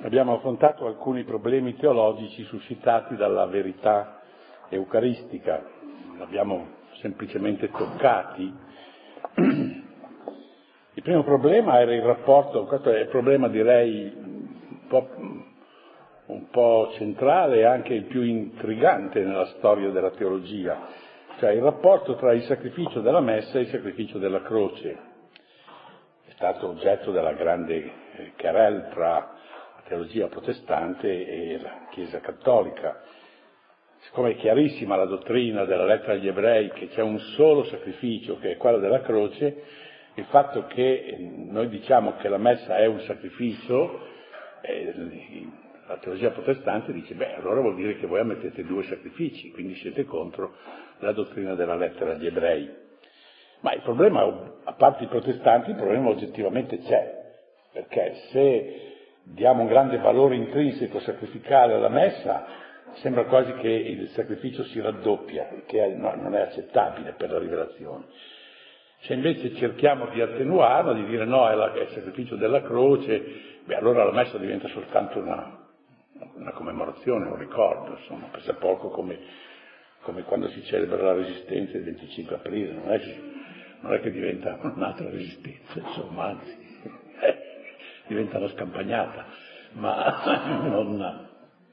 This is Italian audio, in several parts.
abbiamo affrontato alcuni problemi teologici suscitati dalla verità eucaristica, l'abbiamo semplicemente toccati. Il primo problema era il rapporto, questo è il problema direi un po' centrale e anche il più intrigante nella storia della teologia, cioè il rapporto tra il sacrificio della messa e il sacrificio della croce. È stato oggetto della grande querelle tra la teologia protestante e la Chiesa cattolica. Siccome è chiarissima la dottrina della lettera agli Ebrei che c'è un solo sacrificio, che è quello della croce, il fatto che noi diciamo che la messa è un sacrificio, la teologia protestante dice, allora vuol dire che voi ammettete due sacrifici, quindi siete contro la dottrina della lettera agli Ebrei. Ma il problema, a parte i protestanti, il problema oggettivamente c'è, perché se diamo un grande valore intrinseco sacrificale alla messa, sembra quasi che il sacrificio si raddoppia, che non è accettabile per la rivelazione. Se invece cerchiamo di attenuarlo, di dire no, è il sacrificio della croce, allora la messa diventa soltanto una commemorazione, un ricordo, insomma, pesa poco come quando si celebra la Resistenza il 25 aprile, non è che diventa un'altra Resistenza, insomma, anzi, diventa una scampagnata, ma non.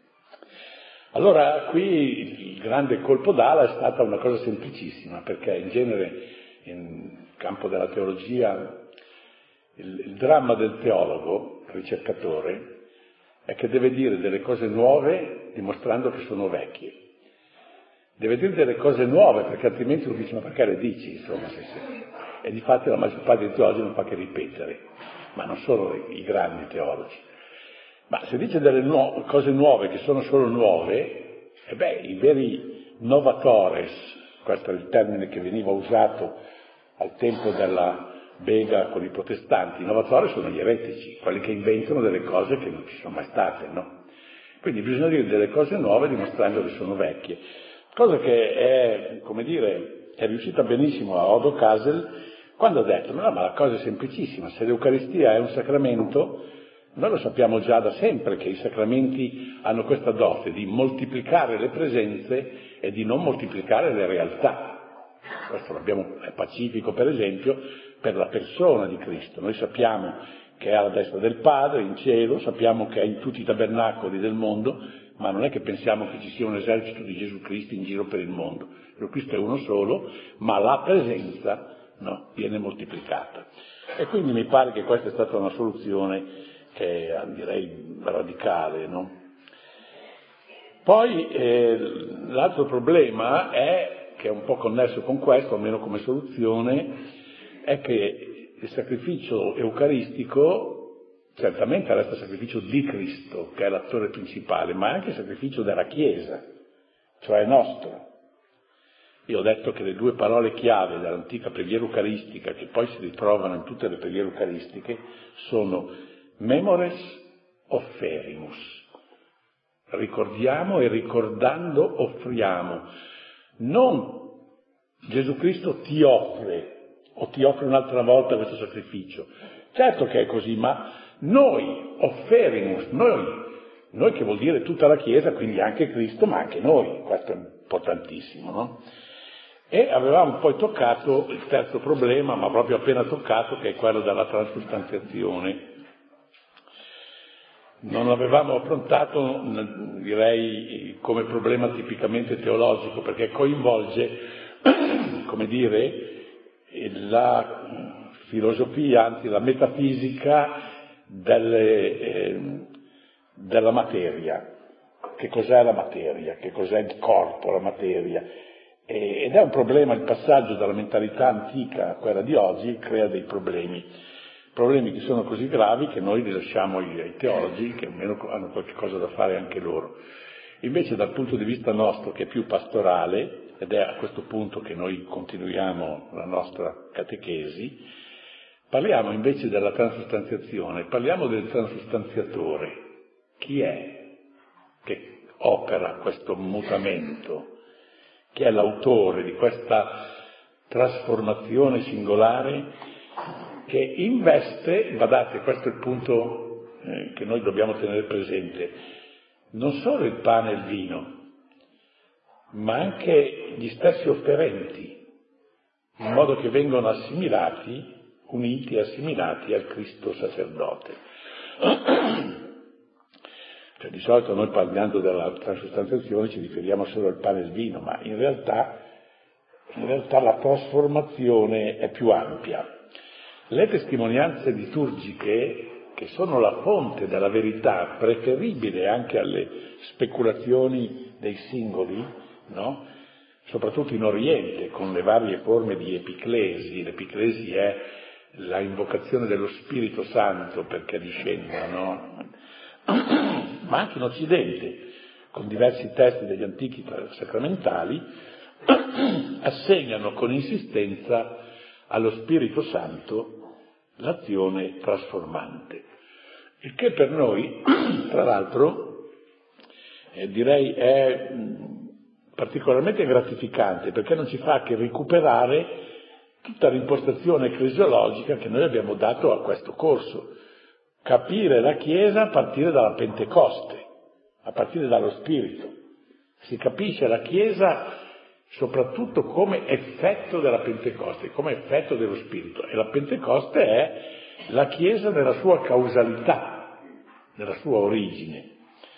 Allora qui il grande colpo d'ala è stata una cosa semplicissima, perché in genere in campo della teologia il dramma del teologo, ricercatore, è che deve dire delle cose nuove dimostrando che sono vecchie. Deve dire delle cose nuove, perché altrimenti uno dice, ma perché le dici, insomma, e difatti la maggior parte dei teologi non fa che ripetere, ma non solo i grandi teologi. Ma se dice delle cose nuove che sono solo nuove, i veri novatores, questo è il termine che veniva usato al tempo della bega con i protestanti, i novatori sono gli eretici, quelli che inventano delle cose che non ci sono mai state, no? Quindi bisogna dire delle cose nuove dimostrando che sono vecchie, cosa che è riuscita benissimo a Odo Casel quando ha detto, ma la cosa è semplicissima, se l'Eucaristia è un sacramento, noi lo sappiamo già da sempre che i sacramenti hanno questa dote di moltiplicare le presenze e di non moltiplicare le realtà. Questo è pacifico, per esempio, per la persona di Cristo. Noi sappiamo che è alla destra del Padre, in cielo, sappiamo che è in tutti i tabernacoli del mondo, ma non è che pensiamo che ci sia un esercito di Gesù Cristo in giro per il mondo. Gesù Cristo è uno solo, ma la presenza viene moltiplicata. E quindi mi pare che questa è stata una soluzione che direi radicale, no? Poi l'altro problema che è un po' connesso con questo, almeno come soluzione, è che il sacrificio eucaristico certamente resta sacrificio di Cristo, che è l'attore principale, ma è anche sacrificio della Chiesa, cioè nostro. Io ho detto che le due parole chiave dell'antica preghiera eucaristica, che poi si ritrovano in tutte le preghiere eucaristiche, sono memores offerimus. Ricordiamo e ricordando offriamo. Non Gesù Cristo ti offre o ti offre un'altra volta questo sacrificio. Certo che è così, ma noi offerimus, noi che vuol dire tutta la Chiesa, quindi anche Cristo, ma anche noi, questo è importantissimo, no? E avevamo poi toccato il terzo problema, ma proprio appena toccato, che è quello della transustanziazione. Non l'avevamo affrontato, direi, come problema tipicamente teologico, perché coinvolge, come dire, la filosofia, anzi la metafisica della materia. Che cos'è la materia? Che cos'è il corpo, la materia? Ed è un problema, il passaggio dalla mentalità antica a quella di oggi crea dei problemi che sono così gravi che noi li lasciamo ai teologi, che almeno hanno qualche cosa da fare anche loro. Invece dal punto di vista nostro, che è più pastorale, ed è a questo punto che noi continuiamo la nostra catechesi, parliamo invece della transustanziazione, parliamo del transustanziatore. Chi è che opera questo mutamento? Chi è l'autore di questa trasformazione singolare che investe, guardate, questo è il punto che noi dobbiamo tenere presente, non solo il pane e il vino, ma anche gli stessi offerenti, in modo che vengono assimilati, uniti e assimilati al Cristo sacerdote. Cioè, di solito noi parlando della transustanziazione ci riferiamo solo al pane e al vino, ma in realtà la trasformazione è più ampia. Le testimonianze liturgiche, che sono la fonte della verità, preferibile anche alle speculazioni dei singoli, no? Soprattutto in Oriente, con le varie forme di epiclesi. L'epiclesi è la invocazione dello Spirito Santo perché discenda, no? Ma anche in Occidente, con diversi testi degli antichi sacramentali, assegnano con insistenza allo Spirito Santo l'azione trasformante. Il che per noi, tra l'altro, direi è particolarmente gratificante, perché non ci fa che recuperare tutta l'impostazione ecclesiologica che noi abbiamo dato a questo corso. Capire la Chiesa a partire dalla Pentecoste, a partire dallo Spirito. Si capisce la Chiesa soprattutto come effetto della Pentecoste, come effetto dello Spirito. E la Pentecoste è la Chiesa nella sua causalità, nella sua origine.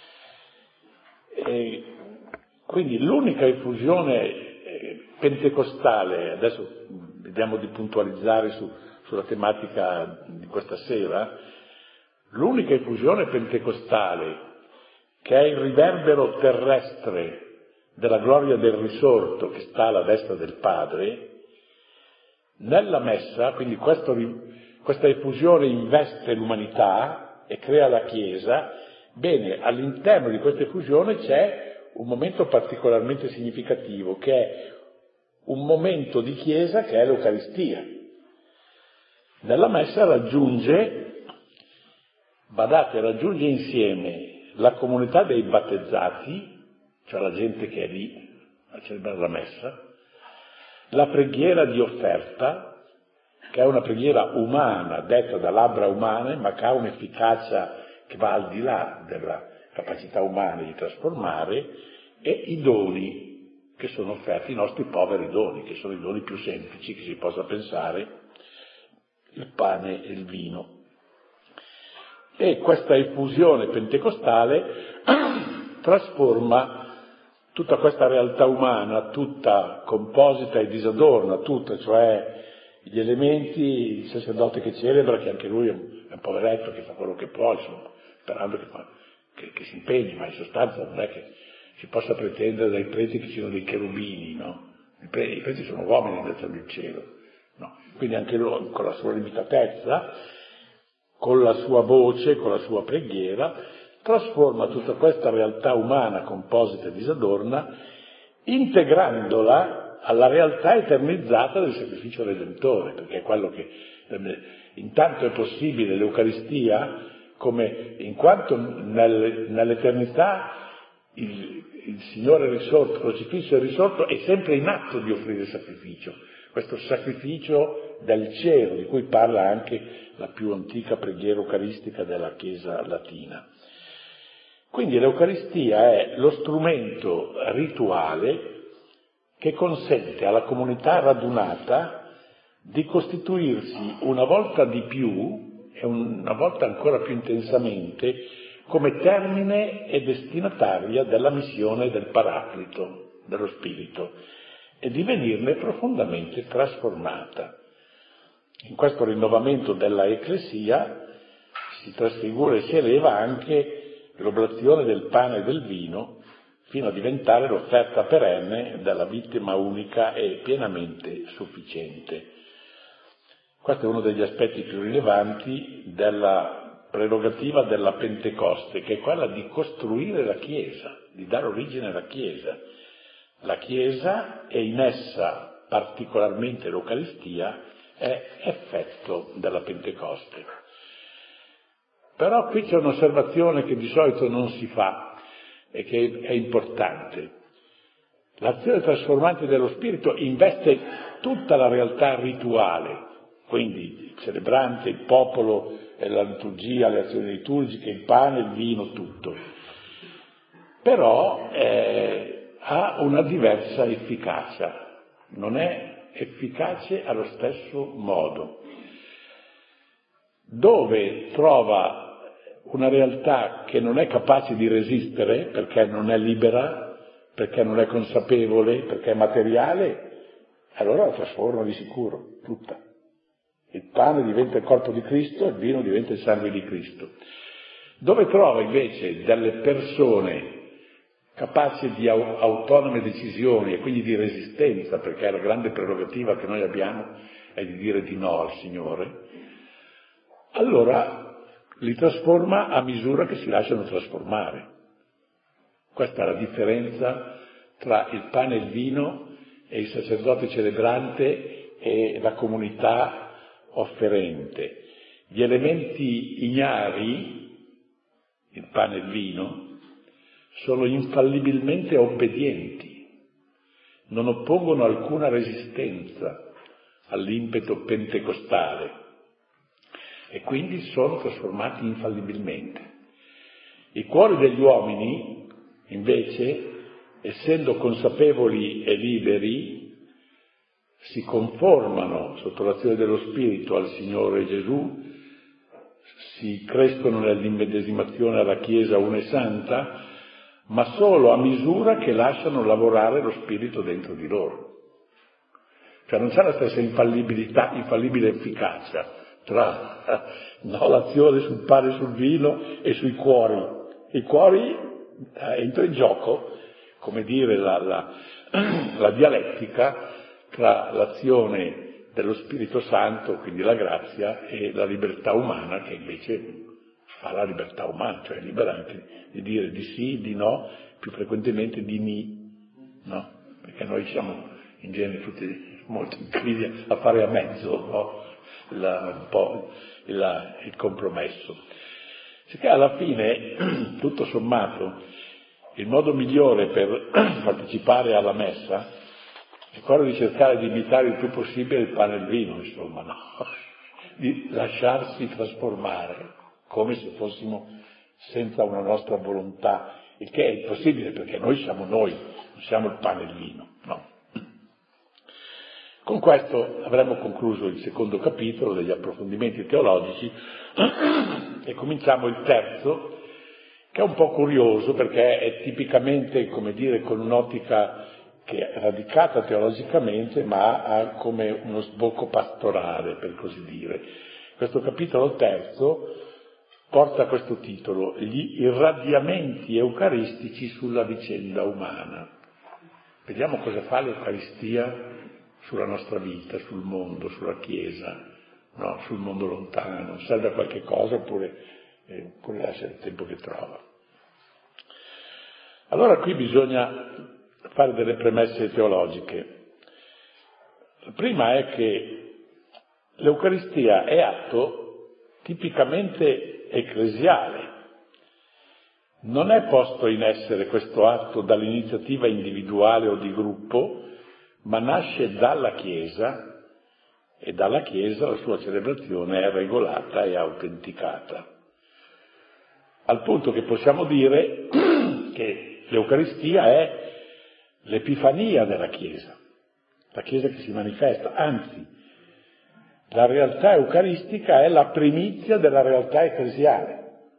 E quindi l'unica effusione pentecostale, adesso vediamo di puntualizzare sulla tematica di questa sera, l'unica effusione pentecostale che è il riverbero terrestre della gloria del risorto che sta alla destra del Padre, nella Messa, quindi questa effusione investe l'umanità e crea la Chiesa. Bene, all'interno di questa effusione c'è un momento particolarmente significativo, che è un momento di Chiesa che è l'Eucaristia. Nella Messa raggiunge insieme la comunità dei battezzati, cioè la gente che è lì a celebrare la Messa, la preghiera di offerta, che è una preghiera umana, detta da labbra umane, ma che ha un'efficacia che va al di là della capacità umana di trasformare, e i doni che sono offerti, i nostri poveri doni, che sono i doni più semplici che si possa pensare, il pane e il vino. E questa effusione pentecostale trasforma tutta questa realtà umana, tutta composita e disadorna, tutta, cioè gli elementi, il sacerdote che celebra, che anche lui è un poveretto che fa quello che può, insomma, sperando che si impegni, ma in sostanza non è che si possa pretendere dai preti che siano dei cherubini, no? I preti sono uomini nel cielo, no? Quindi anche lui, con la sua limitatezza, con la sua voce, con la sua preghiera, trasforma tutta questa realtà umana composita e disadorna, integrandola alla realtà eternizzata del sacrificio redentore, perché è quello che intanto è possibile l'Eucaristia, come in quanto nell'eternità il Signore è risorto, crocifisso è risorto, è sempre in atto di offrire sacrificio, questo sacrificio del cielo, di cui parla anche la più antica preghiera eucaristica della Chiesa latina. Quindi l'Eucaristia è lo strumento rituale che consente alla comunità radunata di costituirsi una volta di più, e una volta ancora più intensamente, come termine e destinataria della missione del Paraclito, dello Spirito, e di venirne profondamente trasformata. In questo rinnovamento della Ecclesia si trasfigura e si eleva anche l'oblazione del pane e del vino, fino a diventare l'offerta perenne della vittima unica e pienamente sufficiente. Questo è uno degli aspetti più rilevanti della prerogativa della Pentecoste, che è quella di costruire la Chiesa, di dare origine alla Chiesa. La Chiesa, e in essa particolarmente l'Eucaristia, è effetto della Pentecoste. Però qui c'è un'osservazione che di solito non si fa e che è importante. L'azione trasformante dello Spirito investe tutta la realtà rituale, quindi il celebrante, il popolo la liturgia, le azioni liturgiche, il pane, il vino, tutto. Però ha una diversa efficacia, non è efficace allo stesso modo. Dove trova una realtà che non è capace di resistere, perché non è libera, perché non è consapevole, perché è materiale, allora la trasforma di sicuro, tutta. Il pane diventa il corpo di Cristo, il vino diventa il sangue di Cristo. Dove trova invece delle persone capaci di autonome decisioni e quindi di resistenza, perché la grande prerogativa che noi abbiamo è di dire di no al Signore, allora li trasforma a misura che si lasciano trasformare. Questa è la differenza tra il pane e il vino e il sacerdote celebrante e la comunità offerente. Gli elementi ignari, il pane e il vino, sono infallibilmente obbedienti, non oppongono alcuna resistenza all'impeto pentecostale e quindi sono trasformati infallibilmente. I cuori degli uomini, invece, essendo consapevoli e liberi, si conformano sotto l'azione dello Spirito al Signore Gesù, si crescono nell'immedesimazione alla Chiesa una e santa, ma solo a misura che lasciano lavorare lo Spirito dentro di loro. Cioè non c'è la stessa infallibile efficacia tra l'azione sul pane e sul vino e sui cuori. I cuori entra in gioco, come dire, la dialettica tra l'azione dello Spirito Santo, quindi la grazia, e la libertà umana che invece fa la libertà umana, cioè è libera anche di dire di sì, di no, più frequentemente di ni, no? Perché noi siamo in genere tutti molto inclini a fare a mezzo, no? Un po' il compromesso. Sicché alla fine, tutto sommato, il modo migliore per partecipare alla messa è quello di cercare di imitare il più possibile il pane e il vino, insomma, no? Di lasciarsi trasformare, come se fossimo senza una nostra volontà, il che è impossibile perché noi, non siamo il pane e il vino, no? Con questo avremo concluso il secondo capitolo degli approfondimenti teologici e cominciamo il terzo, che è un po' curioso perché è tipicamente, come dire, con un'ottica che è radicata teologicamente, ma ha come uno sbocco pastorale, per così dire. Questo capitolo terzo porta questo titolo: gli irradiamenti eucaristici sulla vicenda umana. Vediamo cosa fa l'Eucaristia sulla nostra vita, sul mondo, sulla Chiesa, no? Sul mondo lontano. Serve a qualche cosa oppure lascia il tempo che trova. Allora qui bisogna fare delle premesse teologiche. La prima è che l'Eucaristia è atto tipicamente ecclesiale. Non è posto in essere questo atto dall'iniziativa individuale o di gruppo, ma nasce dalla Chiesa e dalla Chiesa la sua celebrazione è regolata e autenticata. Al punto che possiamo dire che l'Eucaristia è l'epifania della Chiesa, la Chiesa che si manifesta, anzi, la realtà eucaristica è la primizia della realtà ecclesiale.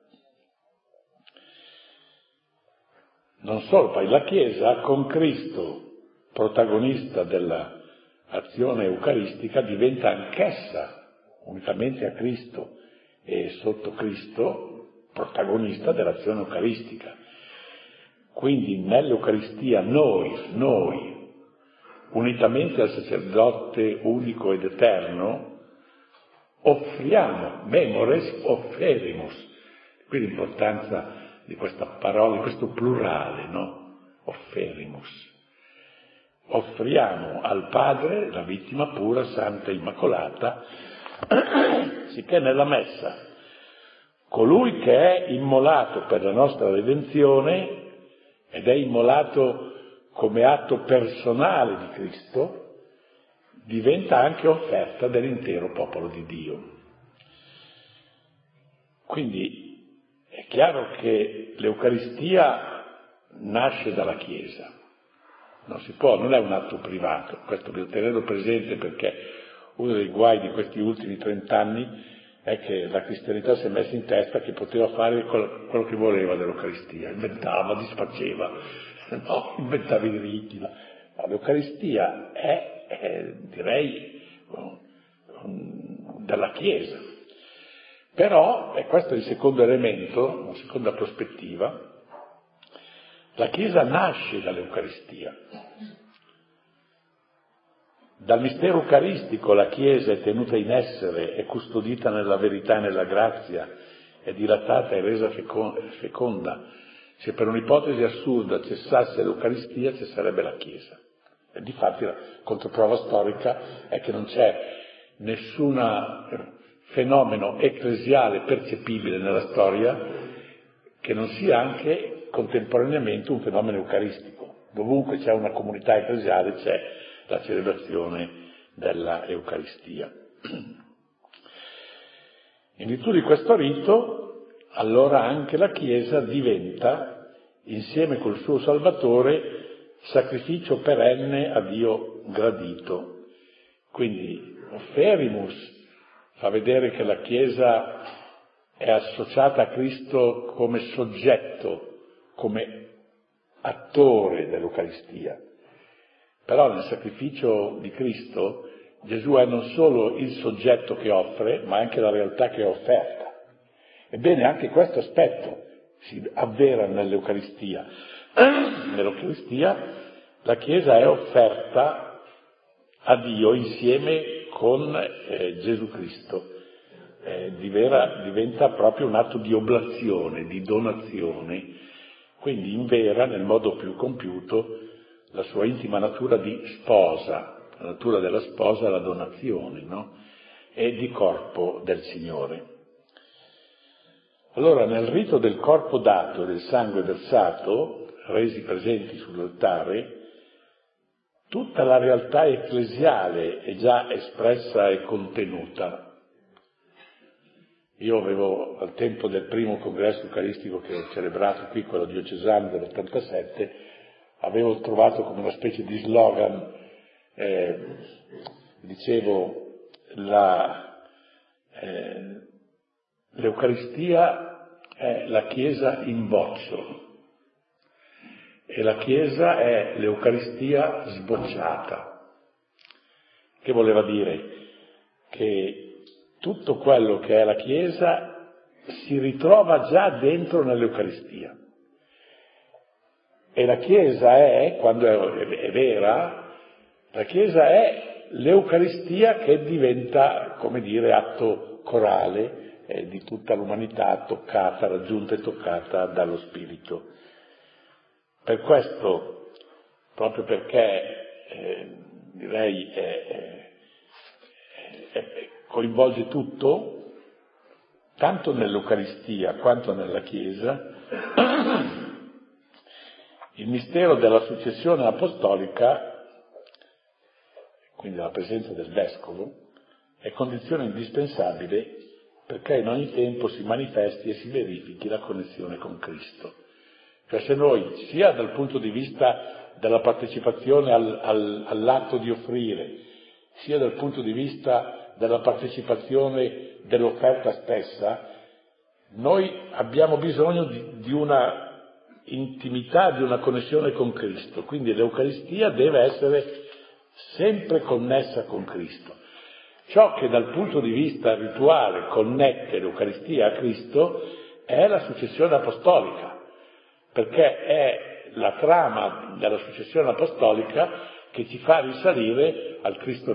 Non solo, poi la Chiesa con Cristo, protagonista dell'azione eucaristica, diventa anch'essa, unitamente a Cristo e sotto Cristo, protagonista dell'azione eucaristica. Quindi nell'Eucaristia noi, unitamente al sacerdote unico ed eterno, offriamo, memores offerimus. Qui l'importanza di questa parola, di questo plurale, no? Offerimus. Offriamo al Padre la vittima pura, santa e immacolata, sicché nella messa colui che è immolato per la nostra redenzione ed è immolato come atto personale di Cristo, diventa anche offerta dell'intero popolo di Dio. Quindi è chiaro che l'Eucaristia nasce dalla Chiesa, non è un atto privato, questo devo tenerlo presente, perché uno dei guai di questi ultimi 30 anni è che la cristianità si è messa in testa che poteva fare quello che voleva dell'Eucaristia, inventava, disfaceva, inventava i riti. L'Eucaristia è direi, della Chiesa. Però, e questo è il secondo elemento, la seconda prospettiva, la Chiesa nasce dall'Eucaristia. Dal mistero eucaristico la Chiesa è tenuta in essere, è custodita nella verità e nella grazia, è dilatata e resa feconda. Se per un'ipotesi assurda cessasse l'Eucaristia, cesserebbe la Chiesa. E difatti la controprova storica è che non c'è nessun fenomeno ecclesiale percepibile nella storia che non sia anche contemporaneamente un fenomeno eucaristico. Dovunque c'è una comunità ecclesiale c'è la celebrazione della Eucaristia. In virtù di questo rito, allora anche la Chiesa diventa, insieme col suo Salvatore, sacrificio perenne a Dio gradito. Quindi Offerimus fa vedere che la Chiesa è associata a Cristo come soggetto, come attore dell'Eucaristia. Però nel sacrificio di Cristo Gesù è non solo il soggetto che offre, ma anche la realtà che è offerta. Ebbene, anche questo aspetto si avvera nell'Eucaristia. Nell'Eucaristia la Chiesa è offerta a Dio insieme con Gesù Cristo. Diventa proprio un atto di oblazione, di donazione, quindi invera nel modo più compiuto la sua intima natura di sposa, la natura della sposa è la donazione, no? E di corpo del Signore. Allora nel rito del corpo dato e del sangue versato, resi presenti sull'altare, tutta la realtà ecclesiale è già espressa e contenuta. Io avevo, al tempo del primo congresso eucaristico che ho celebrato qui, quello diocesano dell'87, avevo trovato come una specie di slogan, dicevo, l'Eucaristia è la Chiesa in boccio e la Chiesa è l'Eucaristia sbocciata. Che voleva dire? Che tutto quello che è la Chiesa si ritrova già dentro nell'Eucaristia. E la Chiesa è, quando è vera, la Chiesa è l'Eucaristia che diventa, come dire, atto corale di tutta l'umanità toccata, raggiunta e toccata dallo Spirito. Per questo, proprio perché direi coinvolge tutto, tanto nell'Eucaristia quanto nella Chiesa, il mistero della successione apostolica, quindi la presenza del Vescovo, è condizione indispensabile perché in ogni tempo si manifesti e si verifichi la connessione con Cristo. Cioè se noi, sia dal punto di vista della partecipazione all'atto di offrire, sia dal punto di vista della partecipazione dell'offerta stessa, noi abbiamo bisogno di una intimità, di una connessione con Cristo. Quindi l'Eucaristia deve essere sempre connessa con Cristo. Ciò che dal punto di vista rituale connette l'Eucaristia a Cristo è la successione apostolica, perché è la trama della successione apostolica che ci fa risalire al Cristo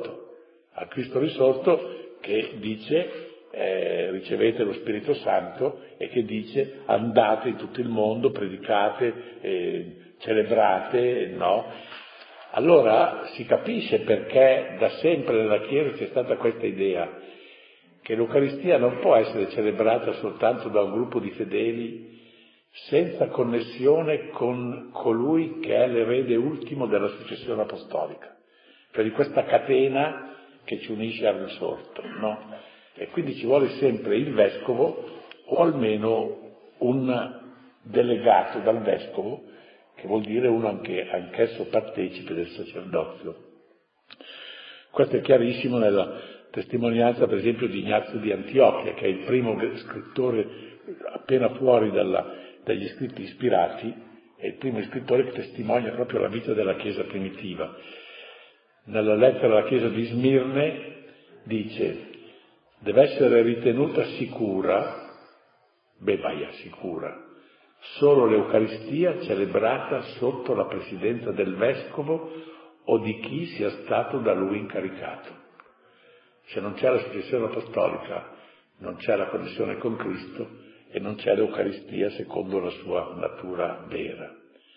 risorto che dice ricevete lo Spirito Santo e che dice andate in tutto il mondo, predicate, celebrate, no? Allora si capisce perché da sempre nella Chiesa c'è stata questa idea che l'Eucaristia non può essere celebrata soltanto da un gruppo di fedeli senza connessione con colui che è l'erede ultimo della successione apostolica, cioè di questa catena che ci unisce al risorto, no? E quindi ci vuole sempre il Vescovo o almeno un delegato dal vescovo, che vuol dire uno anch'esso partecipe del sacerdozio. Questo è chiarissimo nella testimonianza, per esempio, di Ignazio di Antiochia, che è il primo scrittore appena fuori dagli scritti ispirati, è il primo scrittore che testimonia proprio la vita della Chiesa primitiva. Nella lettera alla Chiesa di Smirne dice: deve essere ritenuta sicura, sicura, solo l'Eucaristia celebrata sotto la presidenza del vescovo o di chi sia stato da lui incaricato. Se non c'è la successione apostolica, non c'è la connessione con Cristo e non c'è l'Eucaristia secondo la sua natura vera.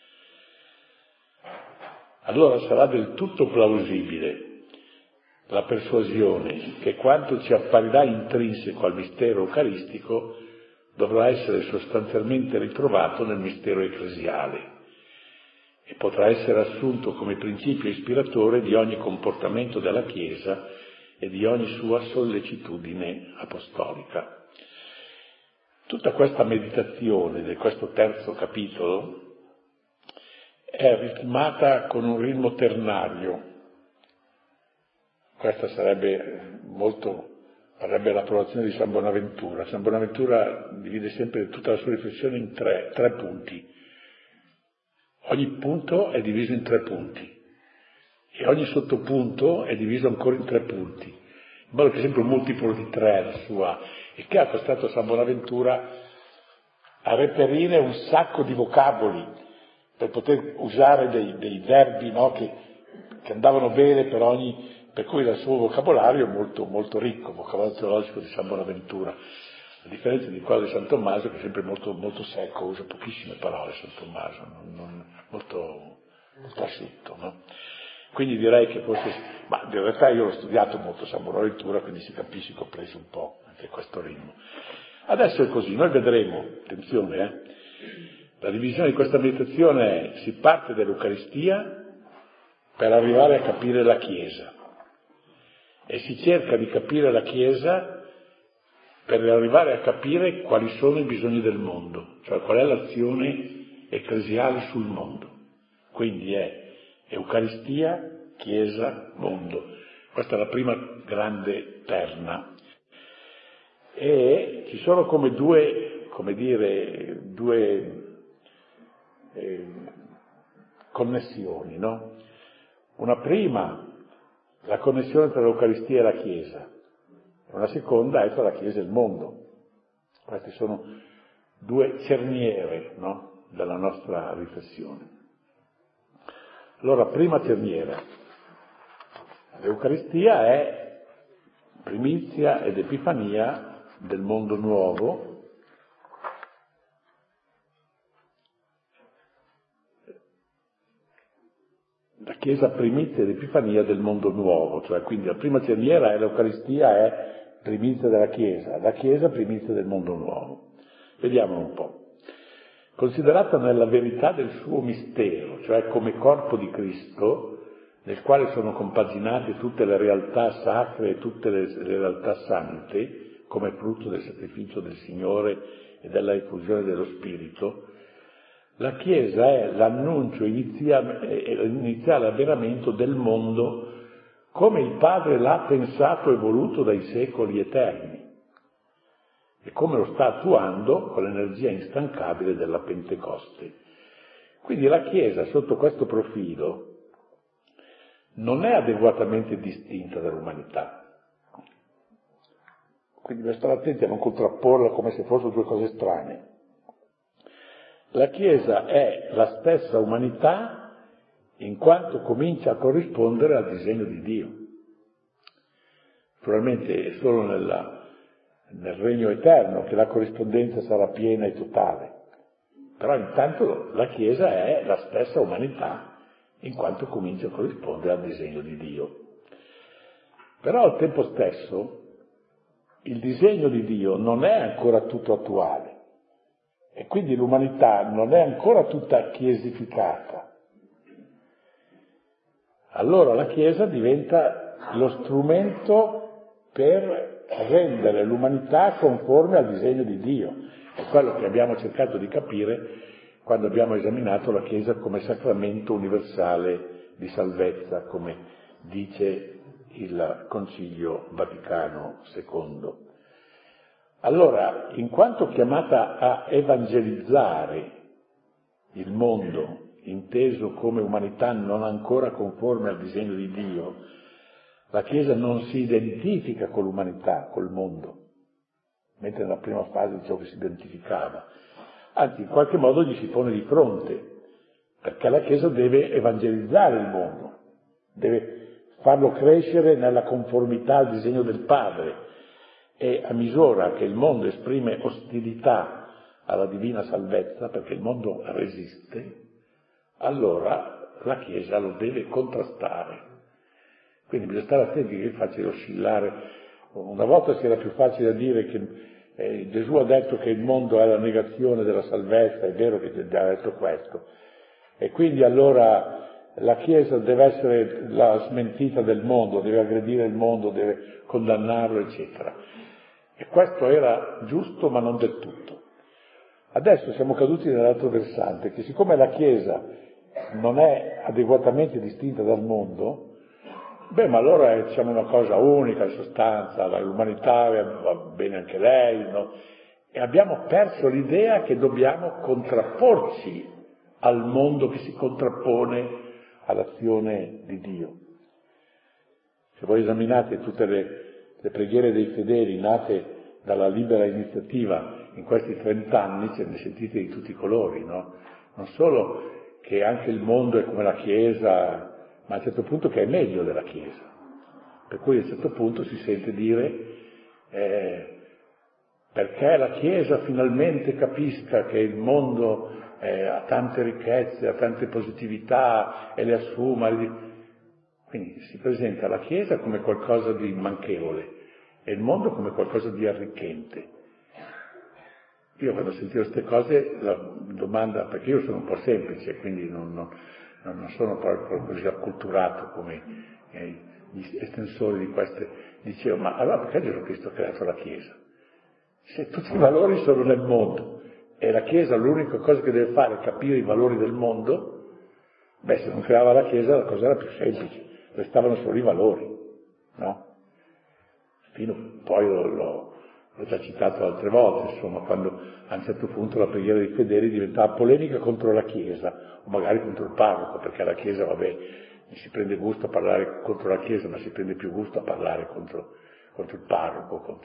Allora sarà del tutto plausibile la persuasione che quanto ci apparirà intrinseco al mistero eucaristico dovrà essere sostanzialmente ritrovato nel mistero ecclesiale e potrà essere assunto come principio ispiratore di ogni comportamento della Chiesa e di ogni sua sollecitudine apostolica. Tutta questa meditazione di questo terzo capitolo è ritmata con un ritmo ternario. Questa sarebbe l'approvazione di San Bonaventura. San Bonaventura divide sempre tutta la sua riflessione in tre punti. Ogni punto è diviso in 3 punti e ogni sottopunto è diviso ancora in 3 punti, in modo che è sempre un multiplo di 3 la sua, e che ha costato a San Bonaventura a reperire un sacco di vocaboli per poter usare dei verbi, no, che andavano bene per cui il suo vocabolario è molto, molto ricco, il vocabolario teologico di San Bonaventura, a differenza di quello di San Tommaso, che è sempre molto, molto secco, usa pochissime parole San Tommaso, molto asciutto, no? Quindi direi che forse, ma in realtà io l'ho studiato molto San Bonaventura, quindi si capisce che ho preso un po' anche questo ritmo. Adesso è così, noi vedremo, attenzione, la divisione di questa meditazione è: si parte dall'Eucaristia per arrivare a capire la Chiesa e si cerca di capire la Chiesa per arrivare a capire quali sono i bisogni del mondo, cioè qual è l'azione ecclesiale sul mondo. Quindi è Eucaristia, Chiesa, mondo. Questa è la prima grande terna. E ci sono come due connessioni, no? Una prima, la connessione tra l'Eucaristia e la Chiesa, e una seconda è tra la Chiesa e il mondo. Queste sono 2 cerniere, no, della nostra riflessione. Allora, prima cerniera, l'Eucaristia è primizia ed epifania del mondo nuovo, la Chiesa primizia ed epifania del mondo nuovo, cioè quindi la prima cerniera è l'Eucaristia, è primizia della Chiesa, la Chiesa primizia del mondo nuovo. Vediamo un po'. Considerata nella verità del suo mistero, cioè come corpo di Cristo, nel quale sono compaginate tutte le realtà sacre e tutte le realtà sante, come frutto del sacrificio del Signore e della effusione dello Spirito, la Chiesa è l'annuncio l'iniziale avveramento del mondo come il Padre l'ha pensato e voluto dai secoli eterni e come lo sta attuando con l'energia instancabile della Pentecoste. Quindi la Chiesa, sotto questo profilo, non è adeguatamente distinta dall'umanità. Quindi bisogna stare attenti a non contrapporla come se fossero 2 cose strane. La Chiesa è la stessa umanità in quanto comincia a corrispondere al disegno di Dio. Naturalmente è solo nel regno eterno che la corrispondenza sarà piena e totale, però intanto la Chiesa è la stessa umanità in quanto comincia a corrispondere al disegno di Dio. Però al tempo stesso il disegno di Dio non è ancora tutto attuale e quindi l'umanità non è ancora tutta chiesificata. Allora la Chiesa diventa lo strumento per rendere l'umanità conforme al disegno di Dio. È quello che abbiamo cercato di capire quando abbiamo esaminato la Chiesa come sacramento universale di salvezza, come dice il Concilio Vaticano II. Allora, in quanto chiamata a evangelizzare il mondo, inteso come umanità non ancora conforme al disegno di Dio, la Chiesa non si identifica con l'umanità, col mondo, mentre nella prima fase dicevo che si identificava. Anzi, in qualche modo gli si pone di fronte, perché la Chiesa deve evangelizzare il mondo, deve farlo crescere nella conformità al disegno del Padre, e a misura che il mondo esprime ostilità alla divina salvezza, perché il mondo resiste, allora la Chiesa lo deve contrastare. Quindi bisogna stare attenti, che è facile oscillare. Una volta si era più facile dire che Gesù ha detto che il mondo è la negazione della salvezza, è vero che ha detto questo, e quindi allora la Chiesa deve essere la smentita del mondo, deve aggredire il mondo, deve condannarlo, eccetera. E questo era giusto, ma non del tutto. Adesso siamo caduti nell'altro versante, che siccome la Chiesa non è adeguatamente distinta dal mondo, ma allora siamo una cosa unica, in sostanza, l'umanità va bene anche lei, no? E abbiamo perso l'idea che dobbiamo contrapporci al mondo che si contrappone all'azione di Dio. Se voi esaminate tutte le preghiere dei fedeli nate dalla libera iniziativa in questi 30 anni, ce ne sentite di tutti i colori, no? Non solo che anche il mondo è come la Chiesa, ma a un certo punto che è meglio della Chiesa. Per cui a un certo punto si sente dire perché la Chiesa finalmente capisca che il mondo ha tante ricchezze, ha tante positività e le assuma. Quindi si presenta la Chiesa come qualcosa di manchevole e il mondo come qualcosa di arricchente. Io quando sentivo queste cose, la domanda, perché io sono un po' semplice, quindi non sono proprio così acculturato come gli estensori di queste, dicevo, ma allora perché Gesù Cristo ha creato la Chiesa? Se tutti i valori sono nel mondo e la Chiesa l'unica cosa che deve fare è capire i valori del mondo, se non creava la Chiesa la cosa era più semplice, restavano solo i valori, no? Poi l'ho già citato altre volte, insomma, quando a un certo punto la preghiera dei fedeli diventava polemica contro la Chiesa, o magari contro il parroco, perché la Chiesa, si prende gusto a parlare contro la Chiesa, ma si prende più gusto a parlare contro il parroco,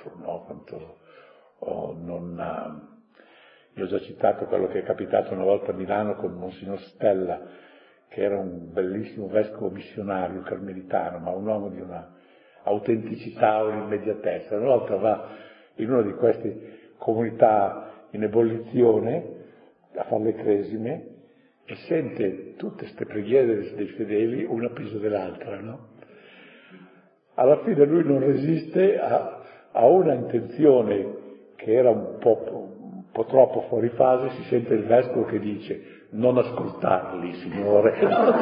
Io ho già citato quello che è capitato una volta a Milano con Monsignor Stella, che era un bellissimo vescovo missionario carmelitano, ma un uomo di una autenticità, un'immediatezza. Una volta va in una di queste comunità in ebollizione a fare le cresime e sente tutte queste preghiere dei fedeli una peso dell'altra, no? Alla fine lui non resiste a una intenzione che era un po' troppo fuori fase, si sente il vescovo che dice: non ascoltarli, Signore.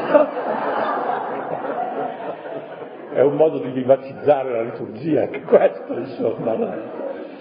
È un modo di vivacizzare la liturgia, anche questo, insomma.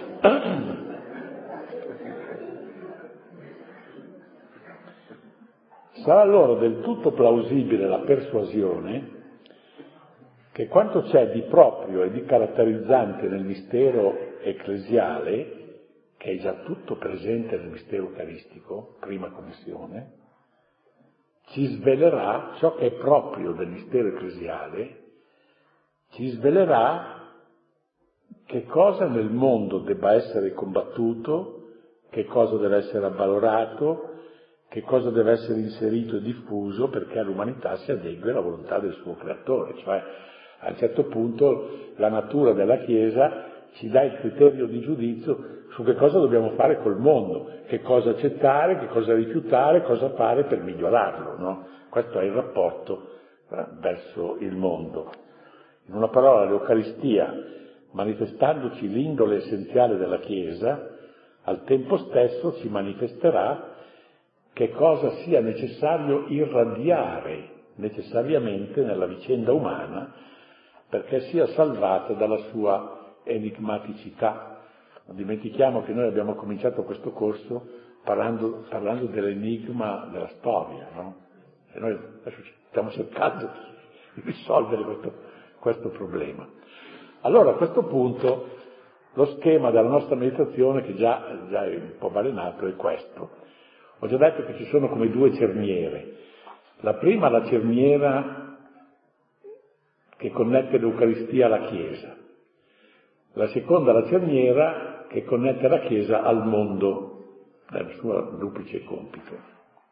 Sarà allora del tutto plausibile la persuasione che quanto c'è di proprio e di caratterizzante nel mistero ecclesiale, che è già tutto presente nel mistero eucaristico, prima commissione, ci svelerà ciò che è proprio del mistero ecclesiale, ci svelerà che cosa nel mondo debba essere combattuto, che cosa deve essere avvalorato, che cosa deve essere inserito e diffuso perché l'umanità si adegui alla volontà del suo creatore. Cioè, a un certo punto la natura della Chiesa ci dà il criterio di giudizio su che cosa dobbiamo fare col mondo, che cosa accettare, che cosa rifiutare, cosa fare per migliorarlo, no? Questo è il rapporto verso il mondo. In una parola, l'Eucaristia, manifestandoci l'indole essenziale della Chiesa, al tempo stesso ci manifesterà che cosa sia necessario irradiare necessariamente nella vicenda umana perché sia salvata dalla sua enigmaticità. Non dimentichiamo che noi abbiamo cominciato questo corso parlando dell'enigma della storia, no? E noi adesso stiamo cercando di risolvere questo problema. Allora, a questo punto, lo schema della nostra meditazione, che già è un po' balenato, è questo. Ho già detto che ci sono come due cerniere. La prima, la cerniera che connette l'Eucaristia alla Chiesa. La seconda, la cerniera che connette la Chiesa al mondo, nel suo duplice compito.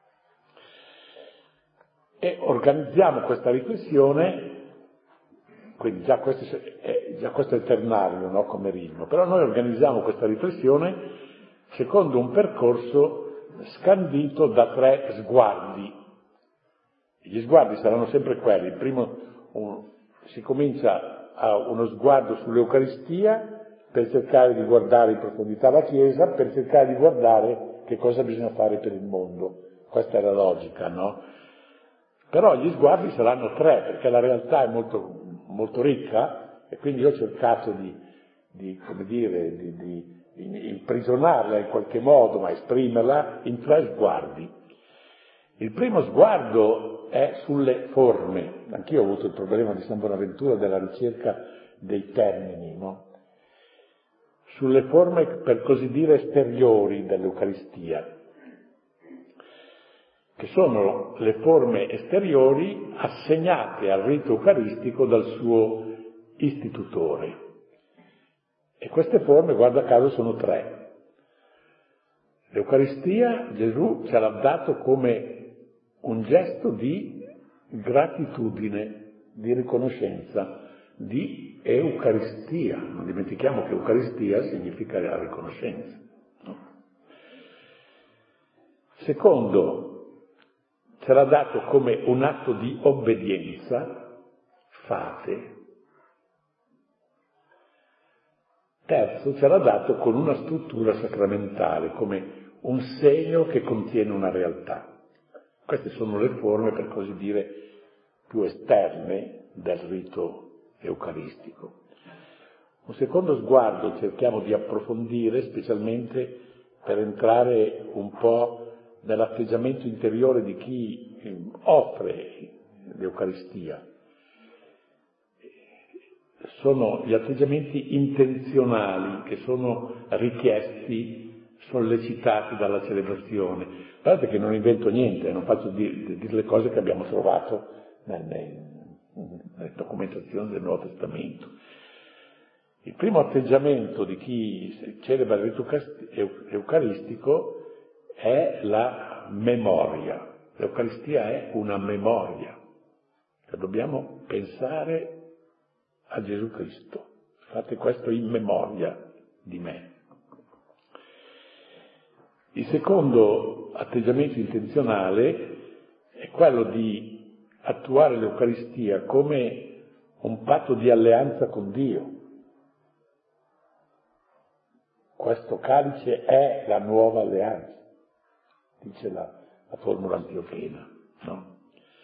E organizziamo questa riflessione, quindi già questo è ternario, no, come ritmo, però noi organizziamo questa riflessione secondo un percorso scandito da 3 sguardi. Gli sguardi saranno sempre quelli. Il primo, si comincia a uno sguardo sull'Eucaristia per cercare di guardare in profondità la Chiesa, per cercare di guardare che cosa bisogna fare per il mondo. Questa è la logica, no? Però gli sguardi saranno 3, perché la realtà è molto, molto ricca, e quindi ho cercato di imprigionarla in qualche modo, ma esprimerla in 3 sguardi. Il primo sguardo è sulle forme. Anch'io ho avuto il problema di San Bonaventura della ricerca dei termini, no? Sulle forme, per così dire, esteriori dell'Eucaristia, che sono le forme esteriori assegnate al rito eucaristico dal suo istitutore. E queste forme, guarda caso, sono 3. L'Eucaristia Gesù ce l'ha dato come un gesto di gratitudine, di riconoscenza, di Eucaristia. Non dimentichiamo che Eucaristia significa la riconoscenza, no? Secondo, ce l'ha dato come un atto di obbedienza, fate. Terzo, ce l'ha dato con una struttura sacramentale, come un segno che contiene una realtà. Queste sono le forme, per così dire, più esterne del rito eucaristico. Un secondo sguardo cerchiamo di approfondire, specialmente per entrare un po' nell'atteggiamento interiore di chi offre l'Eucaristia. Sono gli atteggiamenti intenzionali che sono richiesti, sollecitati dalla celebrazione. Guardate che non invento niente, non faccio dire le cose che abbiamo trovato nelle documentazioni del Nuovo Testamento. Il primo atteggiamento di chi celebra il rito eucaristico è la memoria. L'Eucaristia è una memoria. Cioè, dobbiamo pensare a Gesù Cristo. Fate questo in memoria di me. Il secondo atteggiamento intenzionale è quello di attuare l'Eucaristia come un patto di alleanza con Dio. Questo calice è la nuova alleanza, dice la formula antiochena, no?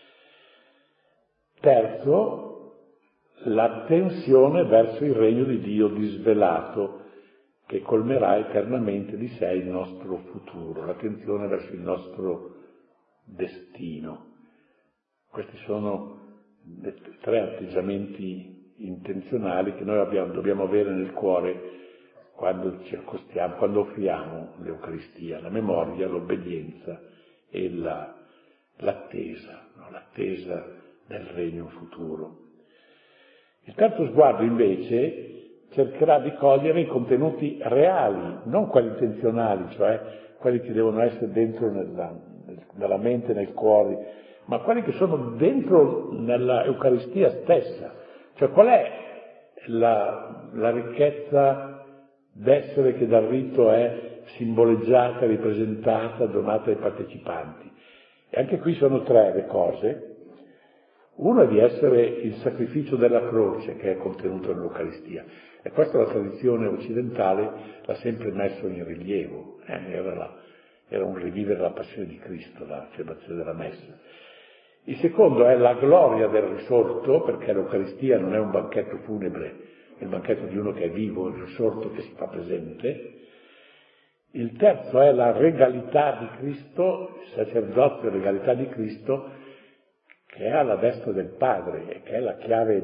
Terzo, l'attenzione verso il regno di Dio disvelato, che colmerà eternamente di sé il nostro futuro, l'attenzione verso il nostro destino. Questi sono 3 atteggiamenti intenzionali che noi dobbiamo avere nel cuore quando ci accostiamo, quando offriamo l'Eucaristia, la memoria, l'obbedienza e l'attesa, no? L'attesa del regno futuro. Il terzo sguardo invece cercherà di cogliere i contenuti reali, non quelli intenzionali, cioè quelli che devono essere dentro nella mente, nel cuore, ma quelli che sono dentro nella Eucaristia stessa. Cioè qual è la ricchezza d'essere che dal rito è simboleggiata, ripresentata, donata ai partecipanti. E anche qui sono 3 le cose. Uno è di essere il sacrificio della croce che è contenuto nell'Eucaristia. E questa la tradizione occidentale l'ha sempre messo in rilievo. Era un rivivere la passione di Cristo, la celebrazione della Messa. Il secondo è la gloria del risorto, perché l'Eucaristia non è un banchetto funebre, il banchetto di uno che è vivo, il risorto che si fa presente. Il terzo è la regalità di Cristo, il sacerdozio e regalità di Cristo, che è alla destra del Padre e che è la chiave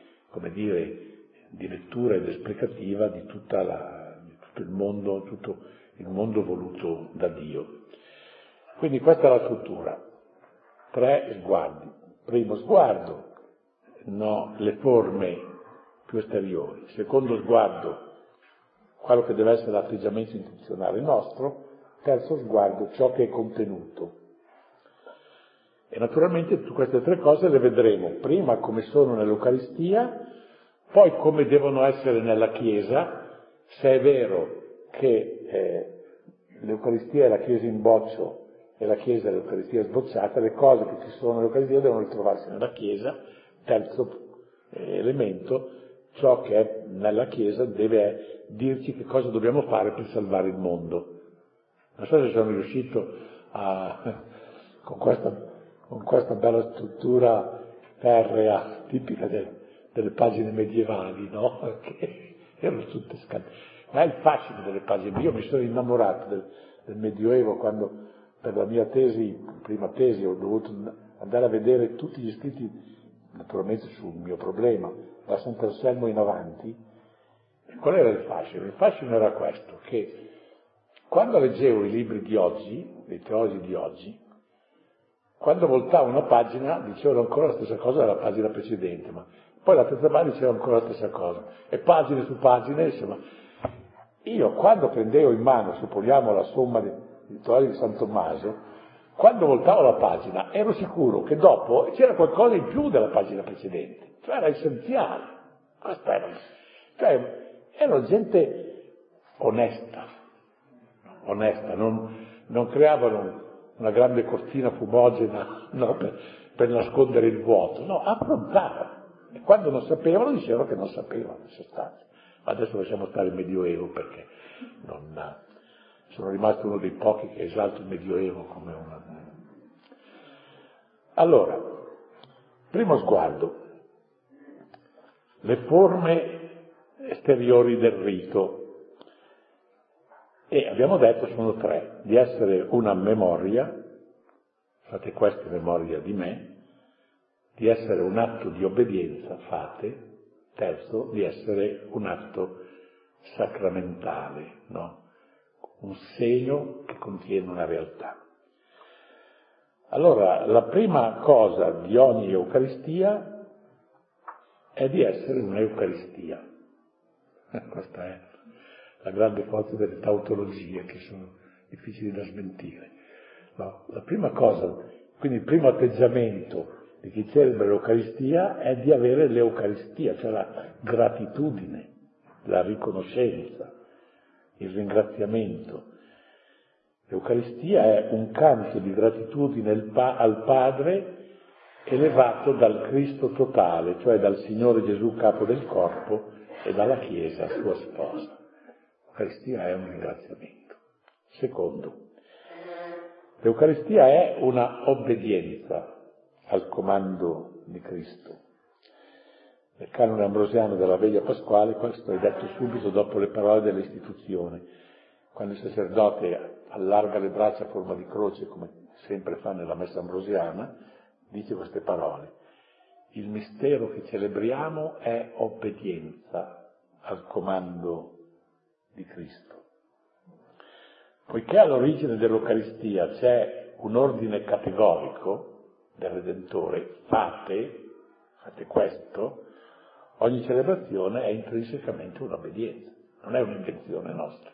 di lettura ed esplicativa di tutto il mondo voluto da Dio. Quindi questa è la struttura. 3 sguardi. Primo sguardo, le forme più esteriori. Secondo sguardo, quello che deve essere l'atteggiamento intenzionale nostro. Terzo sguardo, ciò che è contenuto. E naturalmente tutte queste 3 cose le vedremo prima come sono nell'Eucaristia, poi come devono essere nella Chiesa, se è vero che l'Eucaristia è la Chiesa in boccio e la Chiesa è l'Eucaristia sbocciata, le cose che ci sono nell'Eucaristia devono ritrovarsi nella Chiesa. Terzo elemento, ciò che è nella Chiesa deve dirci che cosa dobbiamo fare per salvare il mondo. Non so se sono riuscito con questa bella struttura ferrea, tipica delle pagine medievali, no? Che erano tutte scandite. Ma è il fascino delle pagine. Io mi sono innamorato del Medioevo quando per la mia prima tesi, ho dovuto andare a vedere tutti gli scritti, naturalmente sul mio problema, da Sant'Anselmo in avanti. E qual era il fascino? Il fascino era questo, che quando leggevo i libri di oggi, dei teologi di oggi, quando voltavo una pagina dicevano ancora la stessa cosa della pagina precedente, ma poi la terza pagina diceva ancora la stessa cosa, e pagine su pagine, insomma. Io quando prendevo in mano, supponiamo, la somma dei teologi di San Tommaso, quando voltavo la pagina ero sicuro che dopo c'era qualcosa in più della pagina precedente, cioè era essenziale. Erano gente onesta, non creavano una grande cortina fumogena, no, per nascondere il vuoto, no, affrontavano. E quando non sapevano dicevano che non sapevano, in sostanza. Adesso lasciamo stare il Medioevo perché sono rimasto uno dei pochi che esalta il Medioevo come una... Allora, primo sguardo, le forme esteriori del rito. E abbiamo detto sono 3, di essere una memoria, fate questa memoria di me, di essere un atto di obbedienza, fate, terzo, di essere un atto sacramentale, no? Un segno che contiene una realtà. Allora, la prima cosa di ogni Eucaristia è di essere un'Eucaristia. Questa è la grande forza delle tautologie, che sono difficili da smentire. No, la prima cosa, quindi il primo atteggiamento di chi celebra l'Eucaristia è di avere l'Eucaristia, cioè la gratitudine, la riconoscenza, il ringraziamento. L'Eucaristia è un canto di gratitudine al Padre elevato dal Cristo totale, cioè dal Signore Gesù capo del corpo e dalla Chiesa sua sposa. L'Eucaristia è un ringraziamento. Secondo, l'Eucaristia è una obbedienza al comando di Cristo. Nel canone ambrosiano della veglia pasquale questo è detto subito dopo le parole dell'istituzione. Quando il sacerdote allarga le braccia a forma di croce, come sempre fa nella messa ambrosiana, dice queste parole. Il mistero che celebriamo è obbedienza al comando di Cristo. Poiché all'origine dell'Eucaristia c'è un ordine categorico del Redentore, fate questo, ogni celebrazione è intrinsecamente un'obbedienza, non è un'invenzione nostra.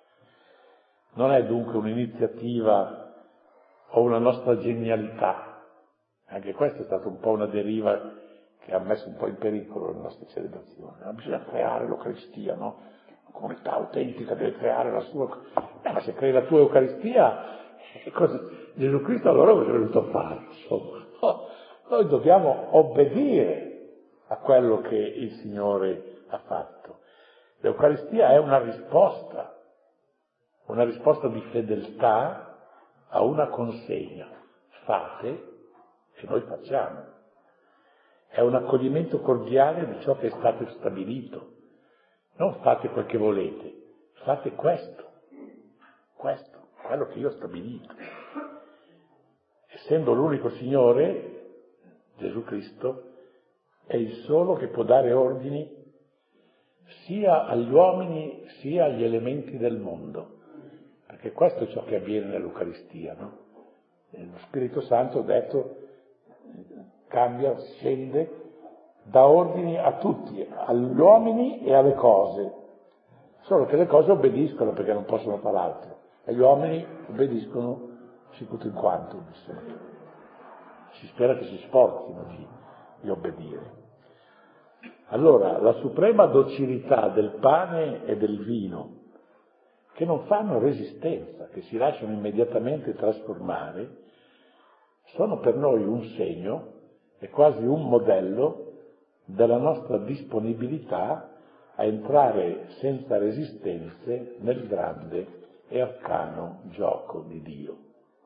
Non è dunque un'iniziativa o una nostra genialità. Anche questa è stata un po' una deriva che ha messo un po' in pericolo le nostre celebrazioni. Bisogna creare l'Eucaristia, no? Una comunità autentica deve creare la sua... ma se crei la tua Eucaristia, Gesù Cristo allora cosa è venuto a fare? Insomma, no, noi dobbiamo obbedire a quello che il Signore ha fatto. L'Eucaristia è una risposta di fedeltà a una consegna. Fate e noi facciamo. È un accoglimento cordiale di ciò che è stato stabilito. Non fate quel che volete, fate questo, quello che io ho stabilito. Essendo l'unico Signore, Gesù Cristo, è il solo che può dare ordini sia agli uomini sia agli elementi del mondo, perché questo è ciò che avviene nell'Eucaristia, no? Lo Spirito Santo, detto, cambia, scende, dà ordini a tutti, agli uomini e alle cose, solo che le cose obbediscono perché non possono far altro, e gli uomini obbediscono sicut in quantum, si spera che si sforzino di obbedire. Allora, la suprema docilità del pane e del vino, che non fanno resistenza, che si lasciano immediatamente trasformare, sono per noi un segno e quasi un modello della nostra disponibilità a entrare senza resistenze nel grande e arcano gioco di Dio.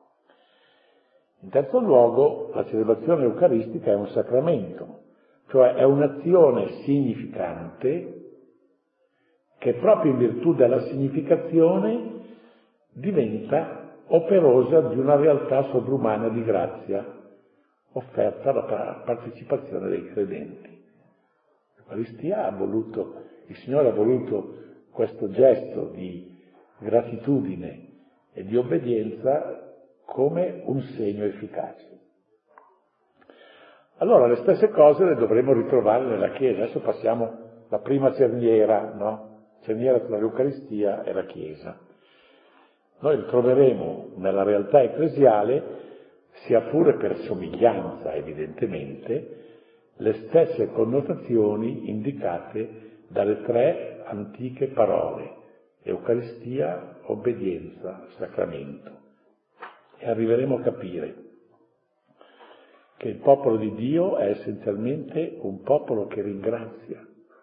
In terzo luogo, la celebrazione eucaristica è un sacramento, cioè è un'azione significante che proprio in virtù della significazione diventa operosa di una realtà sovrumana di grazia offerta alla partecipazione dei credenti. L'Eucaristia il Signore ha voluto questo gesto di gratitudine e di obbedienza come un segno efficace. Allora le stesse cose le dovremo ritrovare nella Chiesa. Adesso passiamo alla prima cerniera, no? Cerniera tra l'Eucaristia e la Chiesa. Noi ritroveremo nella realtà ecclesiale, sia pure per somiglianza evidentemente, le stesse connotazioni indicate dalle tre antiche parole: Eucaristia, obbedienza, sacramento. E arriveremo a capire che il popolo di Dio è essenzialmente un popolo che ringrazia,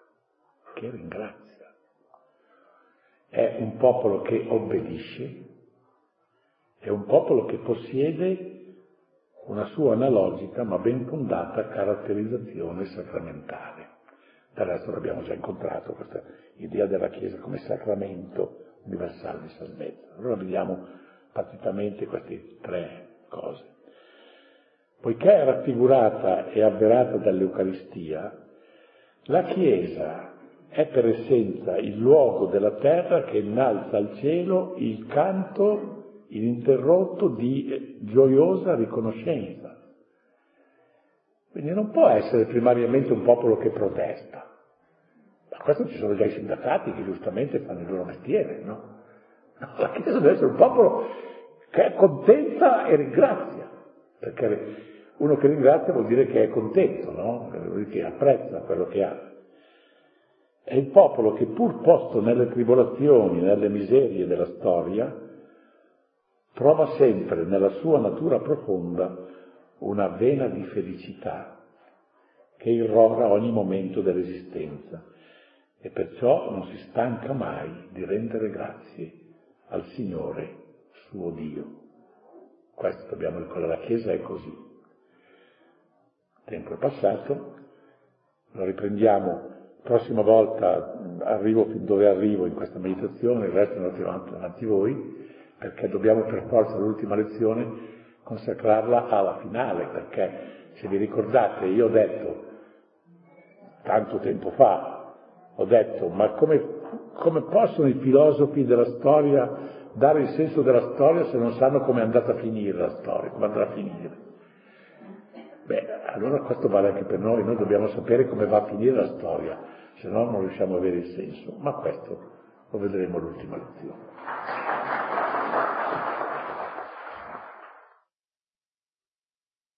è un popolo che obbedisce, è un popolo che possiede una sua analogica ma ben fondata caratterizzazione sacramentale. Del resto l'abbiamo già incontrato, questa idea della Chiesa come sacramento universale di salvezza. Allora vediamo partitamente queste tre cose. Poiché è raffigurata e avverata dall'Eucaristia, la Chiesa è per essenza il luogo della terra che innalza al cielo il canto ininterrotto di gioiosa riconoscenza. Quindi non può essere primariamente un popolo che protesta. Ma questo ci sono già i sindacati che giustamente fanno il loro mestiere, no? La Chiesa deve essere un popolo che è contenta e ringrazia, perché uno che ringrazia vuol dire che è contento, no? Vuol dire che apprezza quello che ha. È il popolo che pur posto nelle tribolazioni, nelle miserie della storia, trova sempre nella sua natura profonda una vena di felicità che irrora ogni momento dell'esistenza e perciò non si stanca mai di rendere grazie al Signore suo Dio. Questo dobbiamo ricordare, la Chiesa è così. Il tempo è passato, lo riprendiamo. La prossima volta arrivo fin dove arrivo in questa meditazione, il resto andate avanti voi, perché dobbiamo per forza l'ultima lezione consacrarla alla finale, perché se vi ricordate io ho detto, tanto tempo fa, ma come possono i filosofi della storia dare il senso della storia se non sanno come è andata a finire la storia, come andrà a finire? Beh, allora questo vale anche per noi dobbiamo sapere come va a finire la storia, se no non riusciamo a avere il senso, ma questo lo vedremo all'ultima lezione.